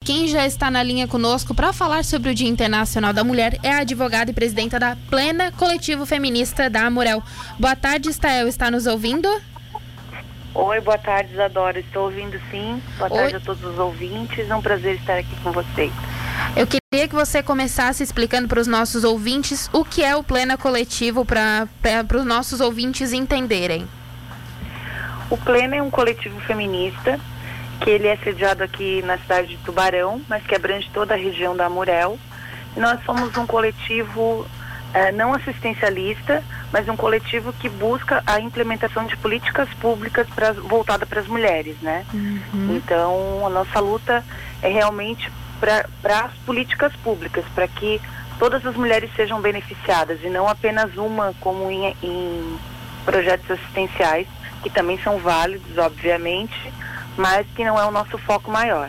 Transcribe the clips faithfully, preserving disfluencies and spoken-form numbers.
quem já está na linha conosco para falar sobre o Dia Internacional da Mulher é a advogada e presidenta da Plena, coletivo feminista da Amurel. Boa tarde, Estael, está nos ouvindo? Oi, boa tarde, Isadora. Estou ouvindo sim. Boa Oi. tarde a todos os ouvintes. É um prazer estar aqui com vocês. Eu queria que você começasse explicando para os nossos ouvintes o que é o Plena Coletivo, para os nossos ouvintes entenderem. O Plena é um coletivo feminista que ele é sediado aqui na cidade de Tubarão, mas que abrange toda a região da Amurel. E nós somos um coletivo eh, não assistencialista, mas um coletivo que busca a implementação de políticas públicas pra, voltada para as mulheres, né? Uhum. Então, a nossa luta é realmente para as políticas públicas, para que todas as mulheres sejam beneficiadas e não apenas uma, como em, em projetos assistenciais, que também são válidos, obviamente, mas que não é o nosso foco maior.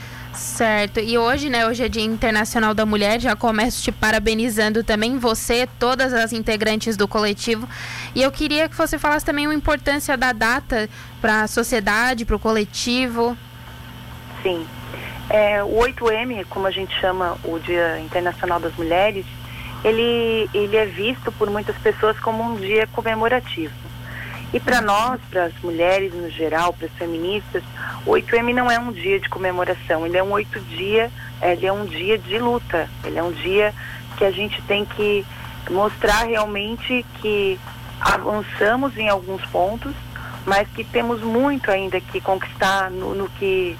Certo, e hoje, né, hoje é Dia Internacional da Mulher, já começo te parabenizando também, você, todas as integrantes do coletivo, e eu queria que você falasse também a importância da data para a sociedade, para o coletivo. Sim, é, o oito eme, como a gente chama o Dia Internacional das Mulheres, ele, ele é visto por muitas pessoas como um dia comemorativo. E para nós, para as mulheres no geral, para as feministas, o oito eme não é um dia de comemoração, ele é um oito dia, ele é um dia de luta, ele é um dia que a gente tem que mostrar realmente que avançamos em alguns pontos, mas que temos muito ainda que conquistar no, no que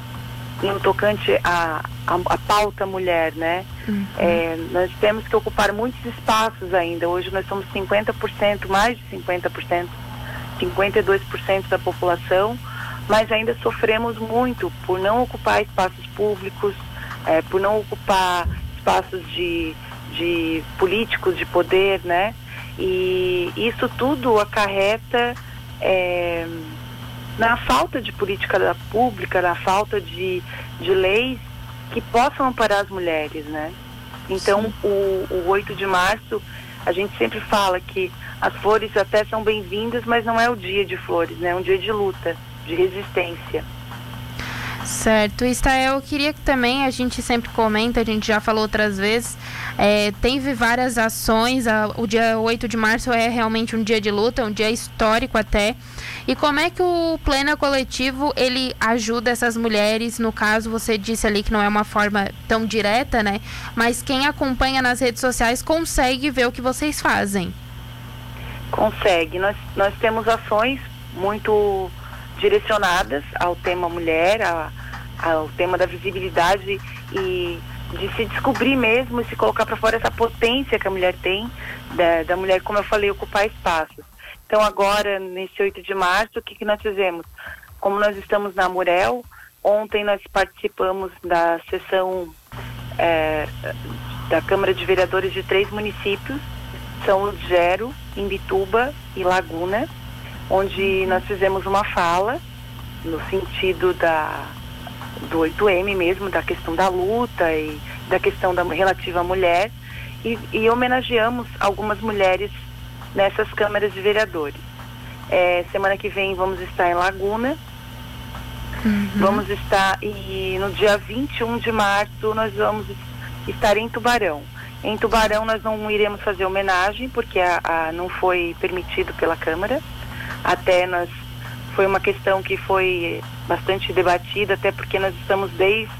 no tocante à a, a, a pauta mulher, né? Uhum. É, nós temos que ocupar muitos espaços ainda. Hoje nós somos cinquenta por cento, mais de cinquenta por cento, cinquenta e dois por cento da população, mas ainda sofremos muito por não ocupar espaços públicos, é, por não ocupar espaços de, de políticos, de poder, né? E isso tudo acarreta é, na falta de política pública, na falta de, de leis que possam amparar as mulheres, né? Então, o, o oito de março, a gente sempre fala que as flores até são bem-vindas, mas não é o dia de flores, né? É um dia de luta, de resistência. Certo. Estael, eu queria que também, a gente sempre comenta, a gente já falou outras vezes, é, teve várias ações, a, o dia oito de março é realmente um dia de luta, um dia histórico até. E como é que o Plena Coletivo, ele ajuda essas mulheres? No caso, você disse ali que não é uma forma tão direta, né? Mas quem acompanha nas redes sociais consegue ver o que vocês fazem. Consegue. Nós, nós temos ações muito direcionadas ao tema mulher, a, ao tema da visibilidade e de se descobrir mesmo e se colocar para fora essa potência que a mulher tem, da, da mulher, como eu falei, ocupar espaços. Então agora, nesse oito de março, o que, que nós fizemos? Como nós estamos na Amurel, ontem nós participamos da sessão é, da Câmara de Vereadores de três municípios, São Lugero, Imbituba e Laguna, onde nós fizemos uma fala no sentido da, do oito eme mesmo, da questão da luta e da questão da, relativa à mulher, e, e homenageamos algumas mulheres nessas câmaras de vereadores. É, semana que vem vamos estar em Laguna, uhum. vamos estar, e no dia vinte e um de março nós vamos estar em Tubarão. Em Tubarão nós não iremos fazer homenagem, porque a, a, não foi permitido pela Câmara. Até nós, foi uma questão que foi bastante debatida, até porque nós estamos desde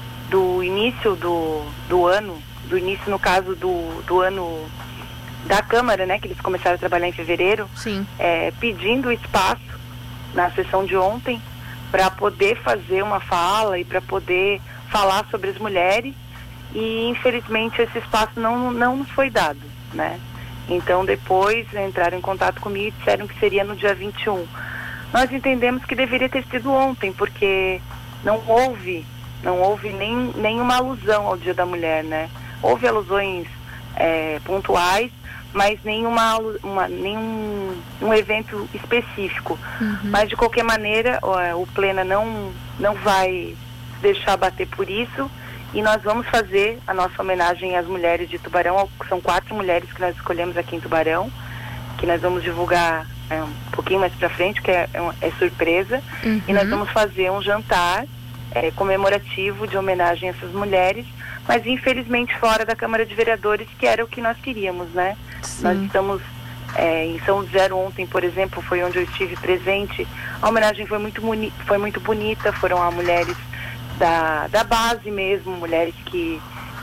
o início do, do ano, do início no caso do, do ano da Câmara, né, que eles começaram a trabalhar em fevereiro, Sim. É, pedindo espaço na sessão de ontem para poder fazer uma fala e para poder falar sobre as mulheres, e infelizmente esse espaço não, não nos foi dado, né? Então depois entraram em contato comigo e disseram que seria no dia vinte e um. Nós entendemos que deveria ter sido ontem, porque não houve, não houve nem, nenhuma alusão ao Dia da Mulher, né? Houve alusões é, pontuais, mas nenhuma, uma, nenhum um evento específico. Uhum. Mas de qualquer maneira, o, o Plena não, não vai deixar bater por isso. E nós vamos fazer a nossa homenagem às mulheres de Tubarão. São quatro mulheres que nós escolhemos aqui em Tubarão, que nós vamos divulgar é, um pouquinho mais pra frente, que é, é, é surpresa. Uhum. E nós vamos fazer um jantar é, comemorativo de homenagem a essas mulheres, mas infelizmente fora da Câmara de Vereadores, que era o que nós queríamos, né? Sim. Nós estamos é, em São José ontem, por exemplo, foi onde eu estive presente. A homenagem foi muito, foi muito bonita, foram a mulheres da, da base mesmo, mulheres que,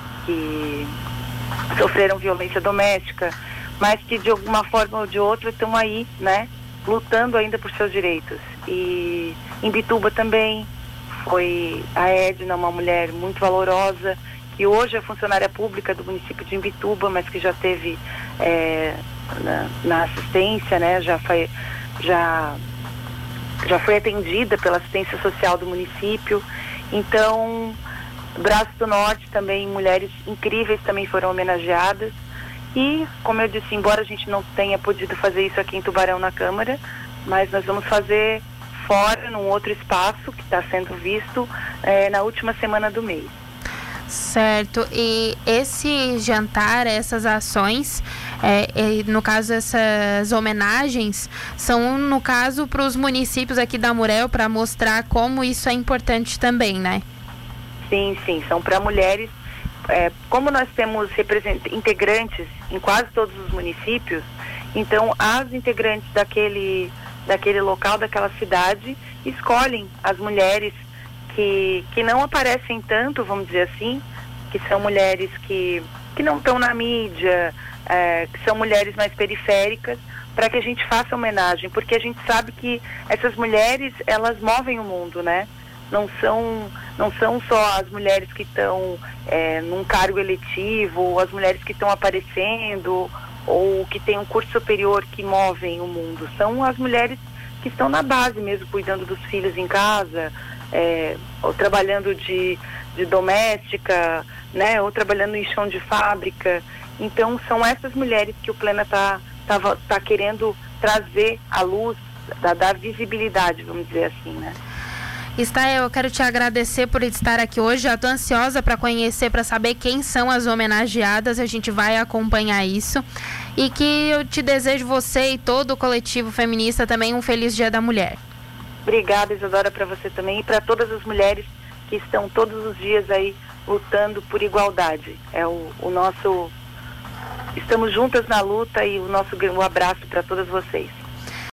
que sofreram violência doméstica, mas que de alguma forma ou de outra estão aí, né, lutando ainda por seus direitos. E em Imbituba também foi a Edna, uma mulher muito valorosa, que hoje é funcionária pública do município de Imbituba, mas que já teve é, na, na assistência, né, já foi, já, já foi atendida pela assistência social do município. Então, Braço do Norte também, mulheres incríveis também foram homenageadas. E, como eu disse, embora a gente não tenha podido fazer isso aqui em Tubarão na Câmara, mas nós vamos fazer fora, num outro espaço que está sendo visto é, na última semana do mês. Certo. E esse jantar, essas ações, é, é, no caso essas homenagens, são no caso para os municípios aqui da Amurel, para mostrar como isso é importante também, né? Sim, sim, são para mulheres. É, como nós temos integrantes em quase todos os municípios, então as integrantes daquele, daquele local, daquela cidade, escolhem as mulheres que, que não aparecem tanto, vamos dizer assim, que são mulheres que, que não estão na mídia, é, que são mulheres mais periféricas, para que a gente faça homenagem, porque a gente sabe que essas mulheres, elas movem o mundo, né? Não são, não são só as mulheres que estão é, num cargo eletivo, ou as mulheres que estão aparecendo, ou que têm um curso superior que movem o mundo. São as mulheres que estão na base mesmo, cuidando dos filhos em casa, é, ou trabalhando de, de doméstica, né, ou trabalhando em chão de fábrica. Então, são essas mulheres que o Plena está tá, tá querendo trazer à luz, dar, dar visibilidade, vamos dizer assim, né? Stael, eu quero te agradecer por estar aqui hoje. Já estou ansiosa para conhecer, para saber quem são as homenageadas. A gente vai acompanhar isso. E que eu te desejo, você e todo o coletivo feminista, também um feliz Dia da Mulher. Obrigada, Isadora, para você também e para todas as mulheres que estão todos os dias aí lutando por igualdade. É o, o nosso... Estamos juntas na luta e o nosso um abraço para todas vocês.